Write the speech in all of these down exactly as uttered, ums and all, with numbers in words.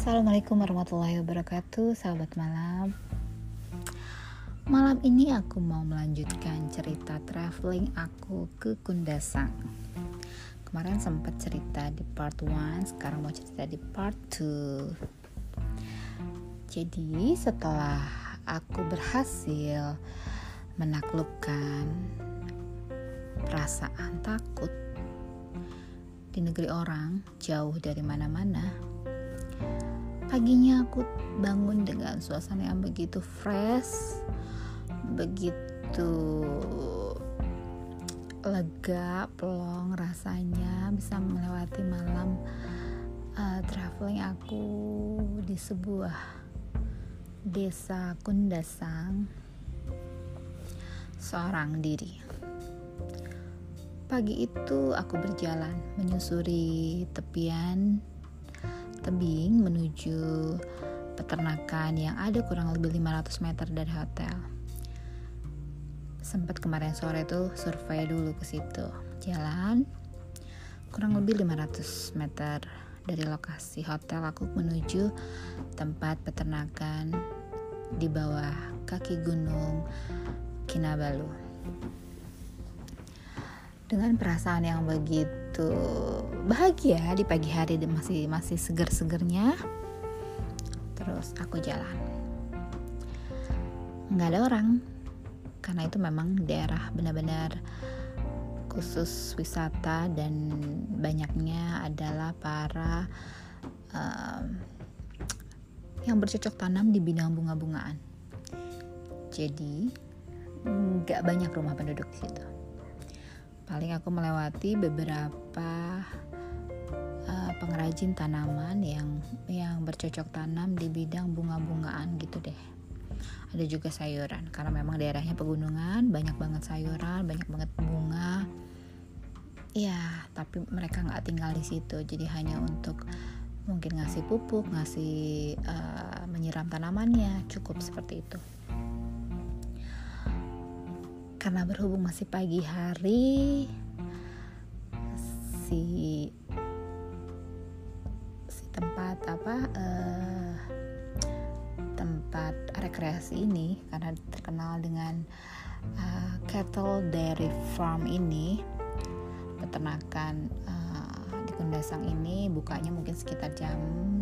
Assalamualaikum warahmatullahi wabarakatuh, sahabat malam. Malam ini aku mau melanjutkan cerita traveling aku ke Kundasang. Kemarin sempat cerita di part one, sekarang mau cerita di part two. Jadi setelah aku berhasil menaklukkan perasaan takut di negeri orang, jauh dari mana-mana, paginya aku bangun dengan suasana yang begitu fresh, begitu lega, plong rasanya bisa melewati malam uh, traveling aku di sebuah desa Kundasang seorang diri. Pagi itu aku berjalan menyusuri tepian tebing menuju peternakan yang ada kurang lebih lima ratus meter dari hotel. Sempat kemarin sore itu survei dulu ke situ. Jalan kurang lebih lima ratus meter dari lokasi hotel aku menuju tempat peternakan di bawah kaki gunung Kinabalu. Dengan perasaan yang begitu bahagia di pagi hari masih masih seger-segernya, terus aku jalan. Nggak ada orang, karena itu memang daerah benar-benar khusus wisata dan banyaknya adalah para um, yang bercocok tanam di bidang bunga-bungaan. Jadi nggak banyak rumah penduduk di situ. Paling aku melewati beberapa uh, pengrajin tanaman yang yang bercocok tanam di bidang bunga-bungaan gitu deh. Ada juga sayuran, karena memang daerahnya pegunungan, banyak banget sayuran, banyak banget bunga. Ya, tapi mereka nggak tinggal di situ, jadi hanya untuk mungkin ngasih pupuk, ngasih uh, menyiram tanamannya, cukup seperti itu. Karena berhubung masih pagi hari, si si tempat apa uh, tempat rekreasi ini, karena terkenal dengan uh, cattle dairy farm ini, peternakan uh, di Kundasang ini bukanya mungkin sekitar jam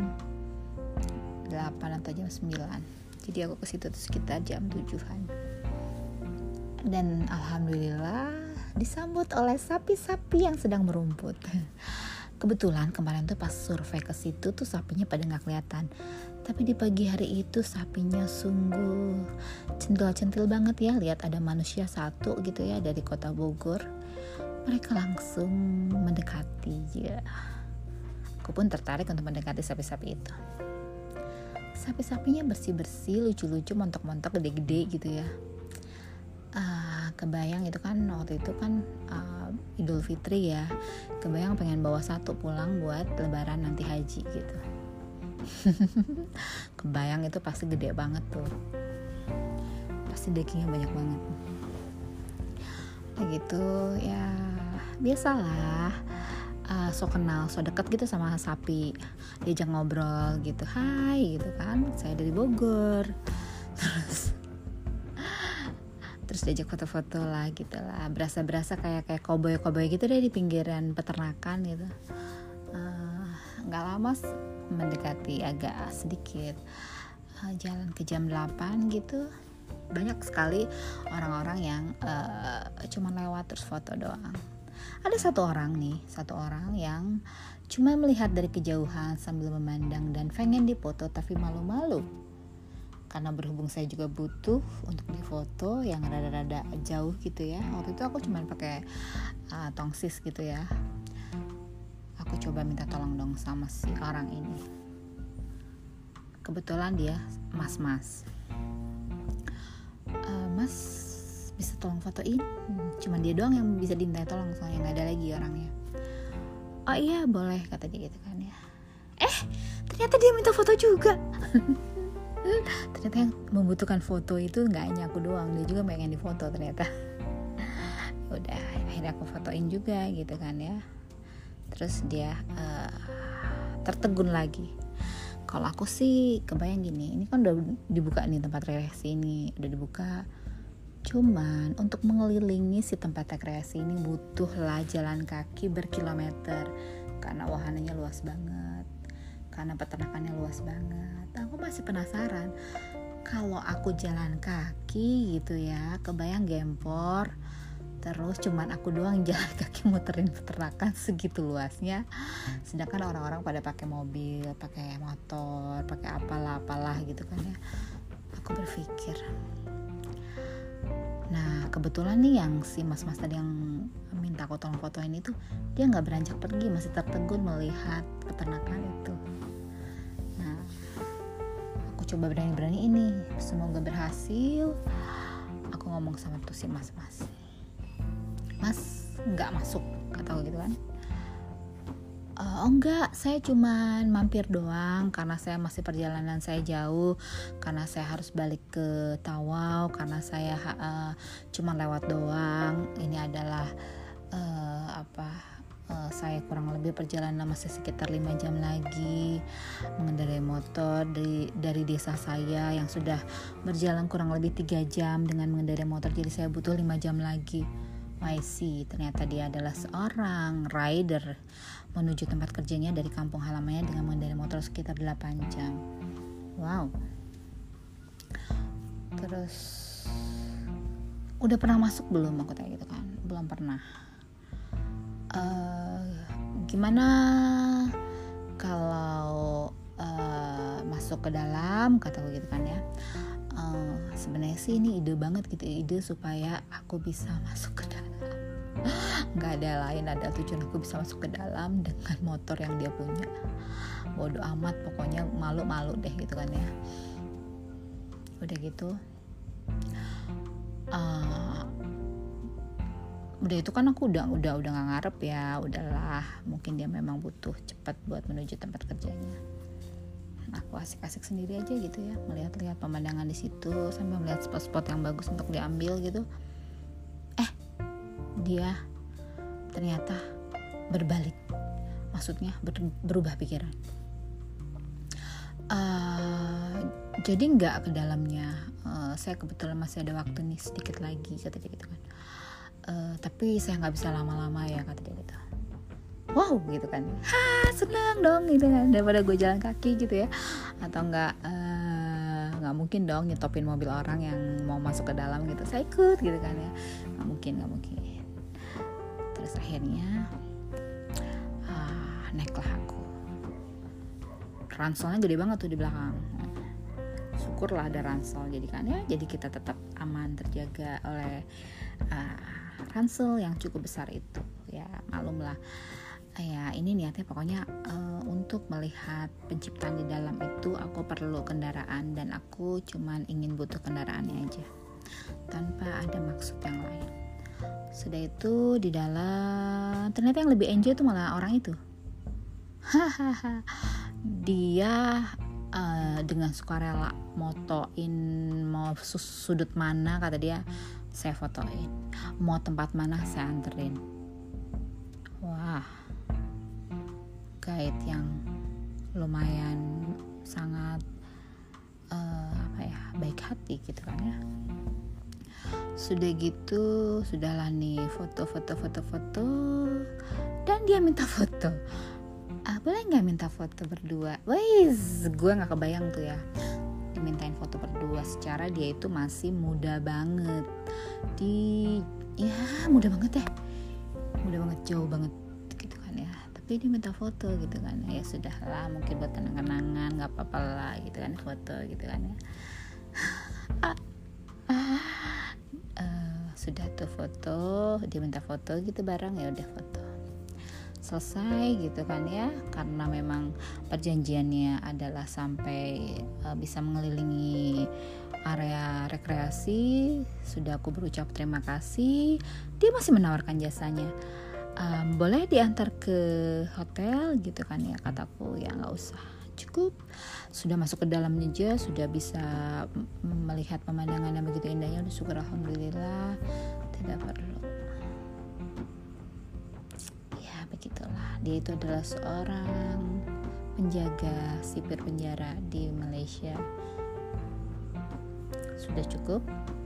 delapan atau jam sembilan. Jadi aku ke situ tuh sekitar jam tujuhan. Dan alhamdulillah disambut oleh sapi-sapi yang sedang merumput. Kebetulan kemarin tuh pas survei ke situ tuh sapinya pada nggak kelihatan. Tapi di pagi hari itu sapinya sungguh centil-centil banget ya. Lihat ada manusia satu gitu ya dari kota Bogor. Mereka langsung mendekati ya. Aku pun tertarik untuk mendekati sapi-sapi itu. Sapi-sapinya bersih-bersih, lucu-lucu, montok-montok, gede-gede gitu ya. Uh, kebayang itu kan waktu itu kan uh, Idul Fitri ya, kebayang pengen bawa satu pulang buat lebaran nanti haji gitu. Kebayang itu pasti gede banget tuh, pasti dagingnya banyak banget. Kayak gitu ya, biasalah uh, so kenal, so deket gitu sama sapi, diajak ngobrol gitu, hai gitu kan, saya dari Bogor, terus terus diajak foto-foto lah gitu lah, berasa-berasa kayak kayak koboi-koboi gitu deh di pinggiran peternakan gitu. Nggak uh, lama mendekati agak sedikit uh, jalan ke jam delapan gitu, banyak sekali orang-orang yang uh, cuma lewat terus foto doang. Ada satu orang nih, satu orang yang cuma melihat dari kejauhan sambil memandang dan pengen difoto tapi malu-malu. Karena berhubung saya juga butuh untuk difoto yang rada-rada jauh gitu ya. Waktu itu aku cuma pakai uh, tongsis gitu ya. Aku coba minta tolong dong sama si orang ini. Kebetulan dia mas-mas. Uh, mas bisa tolong fotoin? Hmm, cuman dia doang yang bisa diminta tolong, soalnya nggak ada lagi orangnya. Oh iya boleh, kata dia gitu kan ya. Eh ternyata dia minta foto juga. Ternyata yang membutuhkan foto itu nggak hanya aku doang, dia juga pengen difoto ternyata. Udah akhirnya aku fotoin juga gitu kan ya. Terus dia uh, tertegun lagi, Kalau aku sih kebayang gini, ini kan udah dibuka nih tempat rekreasi ini, udah dibuka. Cuman untuk mengelilingi si tempat rekreasi ini butuhlah jalan kaki berkilometer karena wahananya luas banget, karena peternakannya luas banget. Aku masih penasaran kalau aku jalan kaki gitu ya, kebayang Gempor. Terus cuman aku doang jalan kaki muterin peternakan segitu luasnya. Sedangkan orang-orang pada pakai mobil, pakai motor, pakai apalah apalah gitu kan ya. Aku berpikir, nah kebetulan nih yang si mas-mas tadi yang minta aku tolong fotoin itu, dia nggak beranjak pergi, masih tertegun melihat peternakan itu. Nah, aku coba berani-berani ini, semoga berhasil. Aku ngomong sama tuh si mas-mas, Mas nggak masuk, kata aku gitu kan. E, oh enggak, saya cuman mampir doang karena saya masih perjalanan saya jauh, karena saya harus balik ke Tawau, karena saya uh, cuman lewat doang. Ini adalah uh, apa uh, saya kurang lebih perjalanan masih sekitar lima jam lagi mengendarai motor dari, dari desa saya yang sudah berjalan kurang lebih tiga jam dengan mengendarai motor, jadi saya butuh lima jam lagi. I see, ternyata dia adalah seorang rider menuju tempat kerjanya dari kampung halamannya dengan mengendarai motor sekitar delapan jam. Wow. Terus udah pernah masuk belum, aku tanya gitu kan. Belum pernah. Uh, gimana kalau uh, masuk ke dalam, kata aku gitu kan ya. Uh, sebenarnya sih ini ide banget gitu, ide supaya aku bisa masuk ke dalam. Nggak ada lain, ada tujuan aku bisa masuk ke dalam dengan motor yang dia punya. Bodoh amat, pokoknya malu-malu deh gitu kan ya. Udah gitu, uh, udah itu kan aku udah udah udah nggak ngarep ya, udahlah, mungkin dia memang butuh cepat buat menuju tempat kerjanya. Aku asik-asik sendiri aja gitu ya, melihat-lihat pemandangan di situ sambil melihat spot-spot yang bagus untuk diambil gitu. Eh, dia ternyata berbalik, maksudnya ber- berubah pikiran. Uh, jadi nggak ke dalamnya. Uh, saya kebetulan masih ada waktu nih sedikit lagi, kata dia gitu kan. Uh, tapi saya nggak bisa lama-lama ya, kata dia gitu. Wow gitu kan, ha senang dong gitu kan, daripada gue jalan kaki gitu ya, atau enggak uh, nggak mungkin dong nyetopin mobil orang yang mau masuk ke dalam gitu, saya ikut gitu kan ya, nggak mungkin nggak mungkin. Terus akhirnya uh, naiklah aku, ranselnya gede banget tuh di belakang, syukurlah ada ransel jadi kan ya, jadi kita tetap aman terjaga oleh uh, ransel yang cukup besar itu ya, malum lah. Ya ini niatnya pokoknya uh, untuk melihat penciptaan di dalam itu aku perlu kendaraan, dan aku cuman ingin butuh kendaraannya aja tanpa ada maksud yang lain. Sudah itu di dalam ternyata yang lebih enjoy itu malah orang itu. Hahaha. Dia uh, dengan sukarela motoin mau sudut mana, kata dia saya fotoin, mau tempat mana saya anterin. Wah, guide yang lumayan sangat uh, apa ya, baik hati gitu kan ya. Sudah gitu, sudahlah nih foto-foto foto-foto, dan dia minta foto. Ah, boleh nggak minta foto berdua? Wais, gue nggak kebayang tuh ya dimintain foto berdua, secara dia itu masih muda banget, di ya muda banget ya, muda banget, jauh banget gitu kan ya. Tapi dia minta foto gitu kan ya, sudah lah mungkin buat kenang-kenangan, nggak apa-apa lah gitu kan, foto gitu kan ya. uh, sudah tuh foto, dia minta foto gitu bareng, ya udah foto selesai gitu kan ya, karena memang perjanjiannya adalah sampai uh, bisa mengelilingi area rekreasi. Sudah aku berucap terima kasih, dia masih menawarkan jasanya, um, boleh diantar ke hotel gitu kan ya, kataku ya nggak usah, cukup sudah masuk ke dalam aja sudah bisa m- melihat pemandangan yang begitu indahnya, udah syukur alhamdulillah, tidak perlu. Begitulah, dia itu adalah seorang penjaga sipir penjara di Malaysia. Sudah cukup.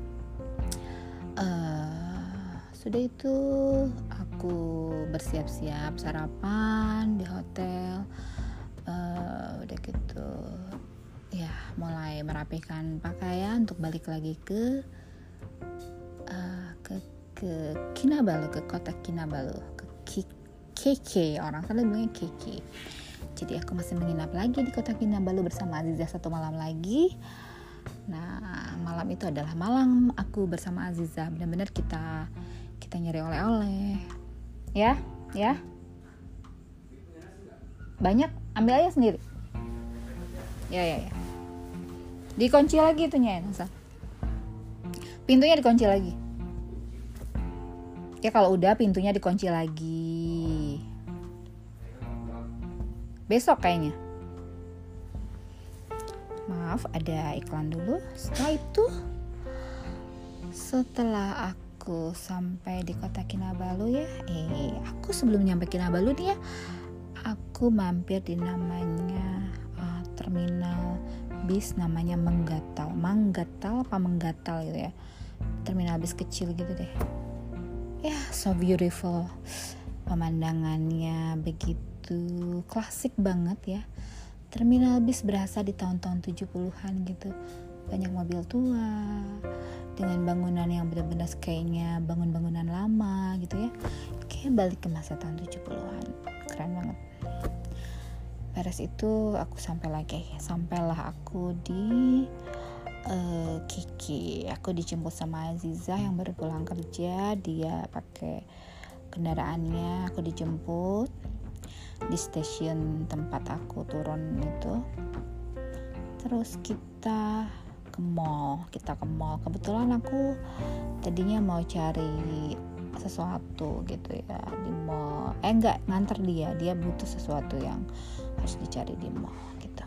Uh, sudah itu aku bersiap-siap sarapan di hotel. Uh, udah gitu ya mulai merapikan pakaian untuk balik lagi ke uh, ke ke Kinabalu, ke kota Kinabalu, ke K K, orang sana bilangnya K K. Jadi aku masih menginap lagi di kota Kinabalu bersama Aziza satu malam lagi. Nah, malam itu adalah malam aku bersama Aziza. Benar-benar kita kita nyari oleh-oleh. Ya, ya. Banyak, ambil aja sendiri. Ya, ya, ya. Dikunci lagi itunya ya, Nasa. Pintunya dikunci lagi. Ya kalau udah pintunya dikunci lagi. Besok kayaknya. Maaf, ada iklan dulu. Setelah itu, setelah aku sampai di kota Kinabalu ya, eh, aku sebelum nyampe Kinabalu nih ya, aku mampir di namanya uh, terminal bis namanya Menggatal, Manggatal apa Menggatal gitu ya, terminal bis kecil gitu deh. Ya, so beautiful, pemandangannya begitu klasik banget ya. Terminal bis berasa di tahun-tahun tujuh puluhan gitu. Banyak mobil tua dengan bangunan yang benar-benar kayaknya bangun-bangunan lama gitu ya. Kayak balik ke masa tahun tujuh puluhan. Keren banget. Beres itu aku sampai lagi. Sampailah aku di uh, Kiki. Aku dijemput sama Aziza yang baru pulang kerja. Dia pakai kendaraannya, aku dijemput di stasiun tempat aku turun itu. Terus kita ke mall, kita ke mall. Kebetulan aku tadinya mau cari sesuatu gitu ya di mall. Eh enggak, nganter dia. Dia butuh sesuatu yang harus dicari di mall gitu.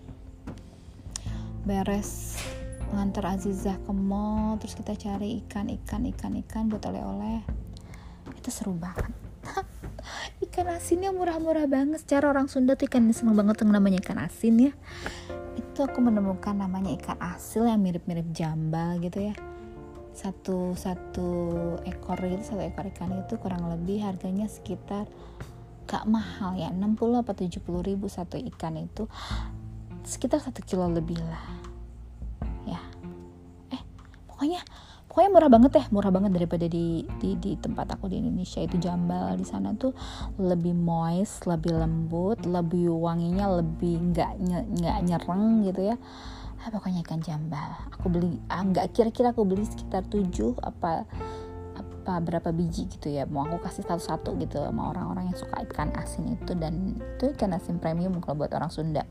Beres nganter Azizah ke mall, terus kita cari ikan, ikan, ikan, ikan buat oleh-oleh. Itu seru banget. Ikan asinnya murah-murah banget. Secara orang Sunda tuh ikan seneng banget yang namanya ikan asin ya. Itu aku menemukan namanya ikan asil yang mirip-mirip jambal gitu ya. Satu satu ekor itu, satu ekor ikan itu kurang lebih harganya sekitar gak mahal ya, enam puluh apa tujuh puluh ribu satu ikan itu, sekitar satu kilo lebih lah ya. Eh pokoknya pokoknya murah banget ya, murah banget daripada di di di tempat aku di Indonesia. Itu jambal di sana tuh lebih moist, lebih lembut, lebih wanginya lebih nggak nggak nyereng gitu ya. Ah, pokoknya ikan jambal aku beli, ah, nggak kira-kira aku beli sekitar tujuh apa apa berapa biji gitu ya, mau aku kasih satu-satu gitu sama orang-orang yang suka ikan asin itu. Dan itu ikan asin premium kalau buat orang Sunda.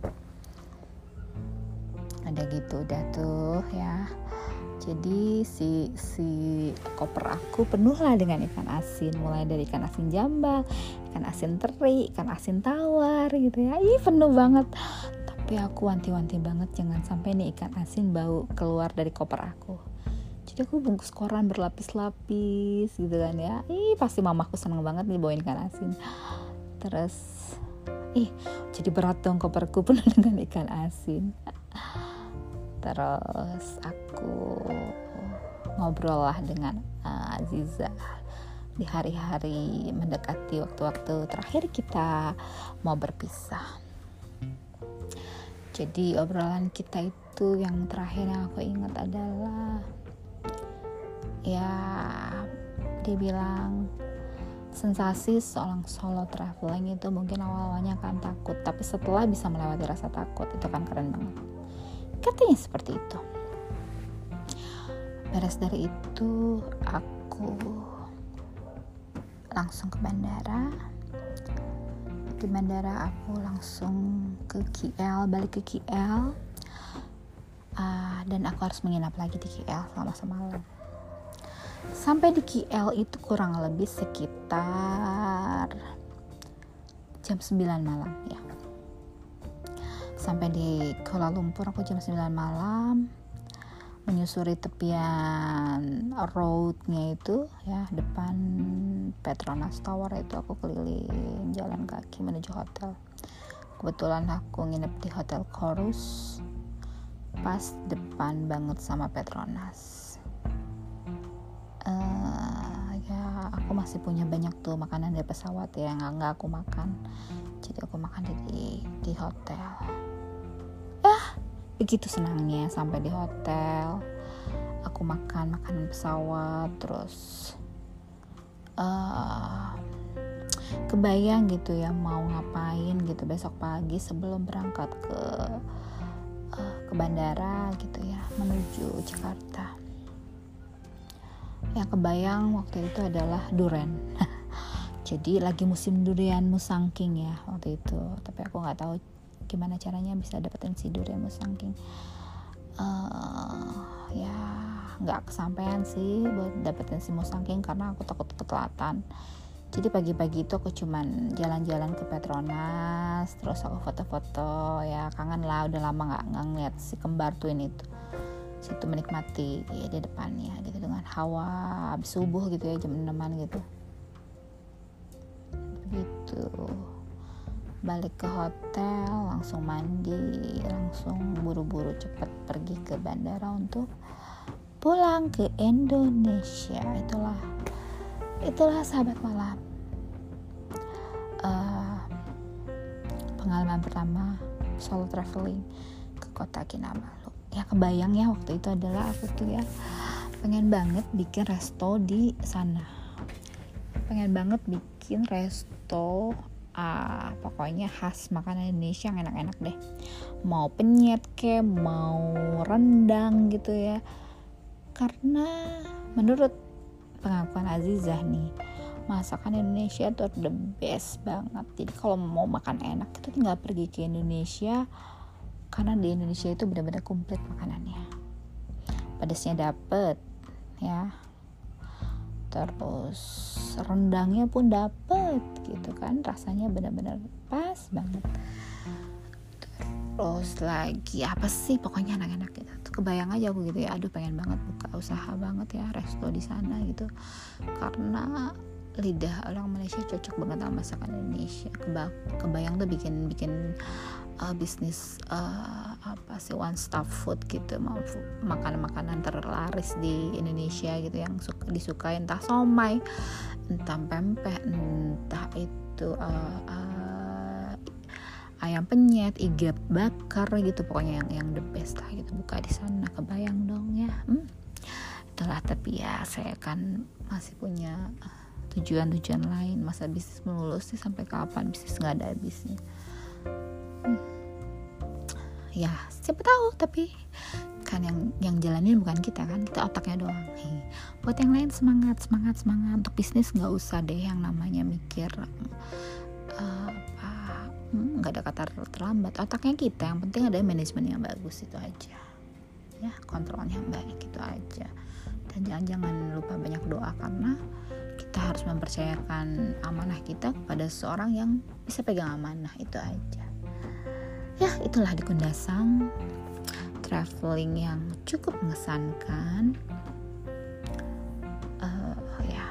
Ada gitu udah tuh ya. Jadi si si koper aku penuh lah dengan ikan asin, mulai dari ikan asin jambal, ikan asin teri, ikan asin tawar gitu ya. Ih penuh banget. Tapi aku wanti-wanti banget jangan sampai nih ikan asin bau keluar dari koper aku. Jadi aku bungkus koran berlapis-lapis gitu kan ya. Ih pasti mamaku seneng banget nih bawain ikan asin. Terus ih jadi berat dong koperku penuh dengan ikan asin. Terus aku ngobrol lah dengan uh, Aziza di hari-hari mendekati waktu-waktu terakhir kita mau berpisah. Jadi obrolan kita itu yang terakhir yang aku ingat adalah ya dibilang sensasi seorang solo traveling itu mungkin awal-awalnya akan takut, tapi setelah bisa melewati rasa takut itu kan keren banget. Katanya seperti itu. Beres dari itu aku langsung ke bandara. Di bandara aku langsung ke K L, balik ke K L. Uh, dan aku harus menginap lagi di K L selama semalam. Sampai di K L itu kurang lebih sekitar jam sembilan malam ya. Sampai di Kuala Lumpur aku jam sembilan malam, menyusuri tepian roadnya itu ya, depan Petronas Tower itu aku keliling jalan kaki menuju hotel. kebetulan aku nginep di Hotel Chorus pas depan banget sama Petronas. uh, ya aku masih punya banyak tuh makanan dari pesawat ya yang nggak aku makan, jadi aku makan di di hotel. Ah, begitu senangnya sampai di hotel. Aku makan makanan pesawat, terus uh, kebayang gitu ya mau ngapain gitu besok pagi sebelum berangkat ke uh, ke bandara gitu ya menuju Jakarta. Yang kebayang waktu itu adalah durian. Jadi lagi musim durian Musangking ya waktu itu, tapi aku nggak tahu gimana caranya bisa dapetin si durian Musangking. Uh, ya nggak kesampaian sih buat dapetin si Musangking karena aku takut ketelatan. Jadi pagi-pagi itu aku cuman jalan-jalan ke Petronas, terus aku foto-foto ya, kangen lah udah lama nggak ngeliat si kembar twin itu. Situ menikmati ya di depannya gitu dengan hawa habis subuh gitu ya, jam enaman gitu. Begitu. Balik ke hotel, langsung mandi, langsung buru-buru cepet pergi ke bandara untuk pulang ke Indonesia. Itulah itulah sahabat malam. Uh, pengalaman pertama solo traveling ke kota Kinabalu. Ya kebayang ya waktu itu adalah aku tuh ya pengen banget bikin resto di sana. Pengen banget bikin resto ah, pokoknya khas makanan Indonesia yang enak-enak deh. Mau penyet ke, mau rendang gitu ya. Karena menurut pengakuan Azizah nih, masakan Indonesia tuh the best banget. Jadi kalau mau makan enak itu tinggal pergi ke Indonesia, karena di Indonesia itu benar-benar komplit makanannya. Pedasnya dapet ya, terus rendangnya pun dapet gitu kan, rasanya benar-benar pas banget. Terus lagi apa sih pokoknya enak-enak gitu. Tuh kebayang aja aku gitu ya, aduh pengen banget buka usaha banget ya resto di sana gitu, karena lidah orang Malaysia cocok banget sama masakan Indonesia. Keba- kebayang tuh bikin bikin uh, bisnis uh, apa sih one stop food gitu, mau makanan-makanan terlaris di Indonesia gitu yang suka disukai, entah somai, entah pempek, entah itu uh, uh, ayam penyet, iga bakar gitu, pokoknya yang yang the best lah gitu, buka di sana. Kebayang dong ya. Hmm. Itulah, tapi ya saya kan masih punya tujuan-tujuan lain. Masa bisnis melulu sih, sampai kapan bisnis nggak ada habisnya. Hmm. Ya siapa tahu, tapi kan yang yang jalanin bukan kita kan, kita otaknya doang. Hei, buat yang lain semangat semangat semangat. Untuk bisnis nggak usah deh yang namanya mikir uh, apa, nggak ada kata terlambat. Otaknya kita, yang penting ada manajemen yang bagus, itu aja ya, kontrolnya yang baik, itu aja. Dan jangan-jangan lupa banyak doa, karena kita harus mempercayakan amanah kita kepada seorang yang bisa pegang amanah, itu aja. Ya itulah di Kundasang traveling yang cukup mengesankan. Uh, ya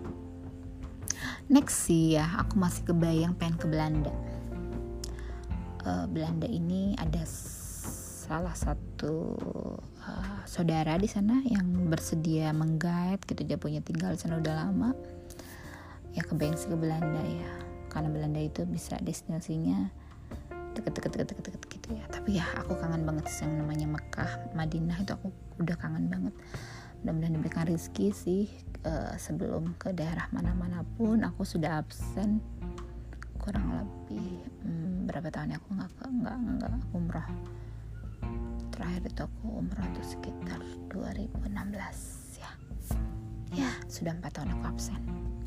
next sih ya, aku masih kebayang pengen ke Belanda. Uh, Belanda ini ada salah satu uh, saudara di sana yang bersedia mengguide gitu, dia punya tinggal di sana udah lama. Ya kebayang sih ke Belanda ya, karena Belanda itu bisa destinasinya deket-deket-deket gitu ya. Tapi ya aku kangen banget sih yang namanya Mekah, Madinah, itu aku udah kangen banget. Mudah-mudahan diberikan rezeki sih uh, sebelum ke daerah mana-mana pun. Aku sudah absen kurang lebih hmm, berapa tahun ya aku nggak nggak nggak umroh. Terakhir itu aku umroh itu sekitar dua ribu enam belas ya. Ya sudah empat tahun aku absen.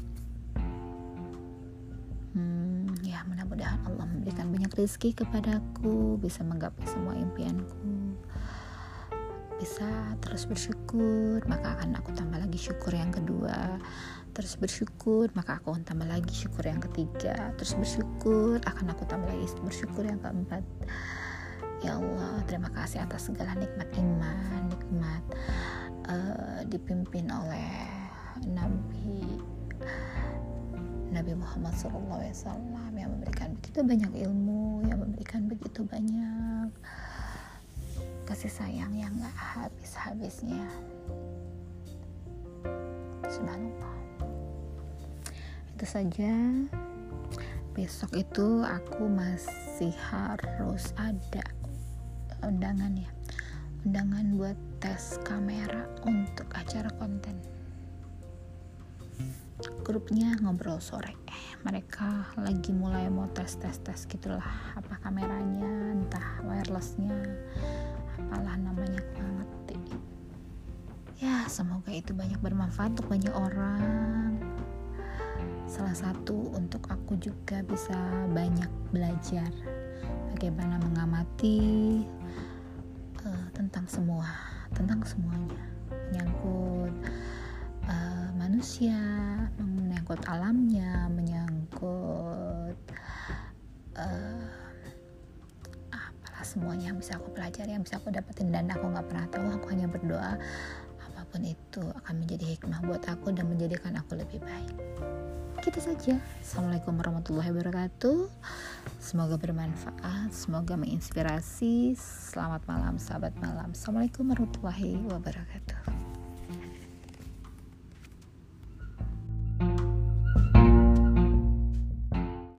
Hmm, ya mudah-mudahan Allah memberikan banyak rezeki kepadaku, bisa menggapai semua impianku, bisa terus bersyukur, maka akan aku tambah lagi syukur yang kedua, terus bersyukur, maka aku akan tambah lagi syukur yang ketiga, terus bersyukur, akan aku tambah lagi bersyukur yang keempat. Ya Allah, terima kasih atas segala nikmat iman, nikmat uh, dipimpin oleh Nabi Nabi Muhammad shallallahu alaihi wasallam yang memberikan begitu banyak ilmu, yang memberikan begitu banyak kasih sayang yang gak habis-habisnya. Subhanallah. Itu saja. Besok itu aku masih harus ada undangan ya, undangan buat tes kamera untuk acara konten. Grupnya ngobrol sore, mereka lagi mulai mau tes tes tes gitulah, apa kameranya, entah wirelessnya, apalah namanya, aku gak ngerti. Ya semoga itu banyak bermanfaat untuk banyak orang. Salah satu untuk aku juga bisa banyak belajar bagaimana mengamati uh, tentang semua, tentang semuanya, menyangkut uh, manusia, menyangkut alamnya, menyangkut uh, apalah semuanya yang bisa aku pelajari, yang bisa aku dapetin, dan aku nggak pernah tahu. Aku hanya berdoa apapun itu akan menjadi hikmah buat aku dan menjadikan aku lebih baik. Gitu saja. Assalamualaikum warahmatullahi wabarakatuh. Semoga bermanfaat, semoga menginspirasi. Selamat malam sahabat malam. Assalamualaikum warahmatullahi wabarakatuh.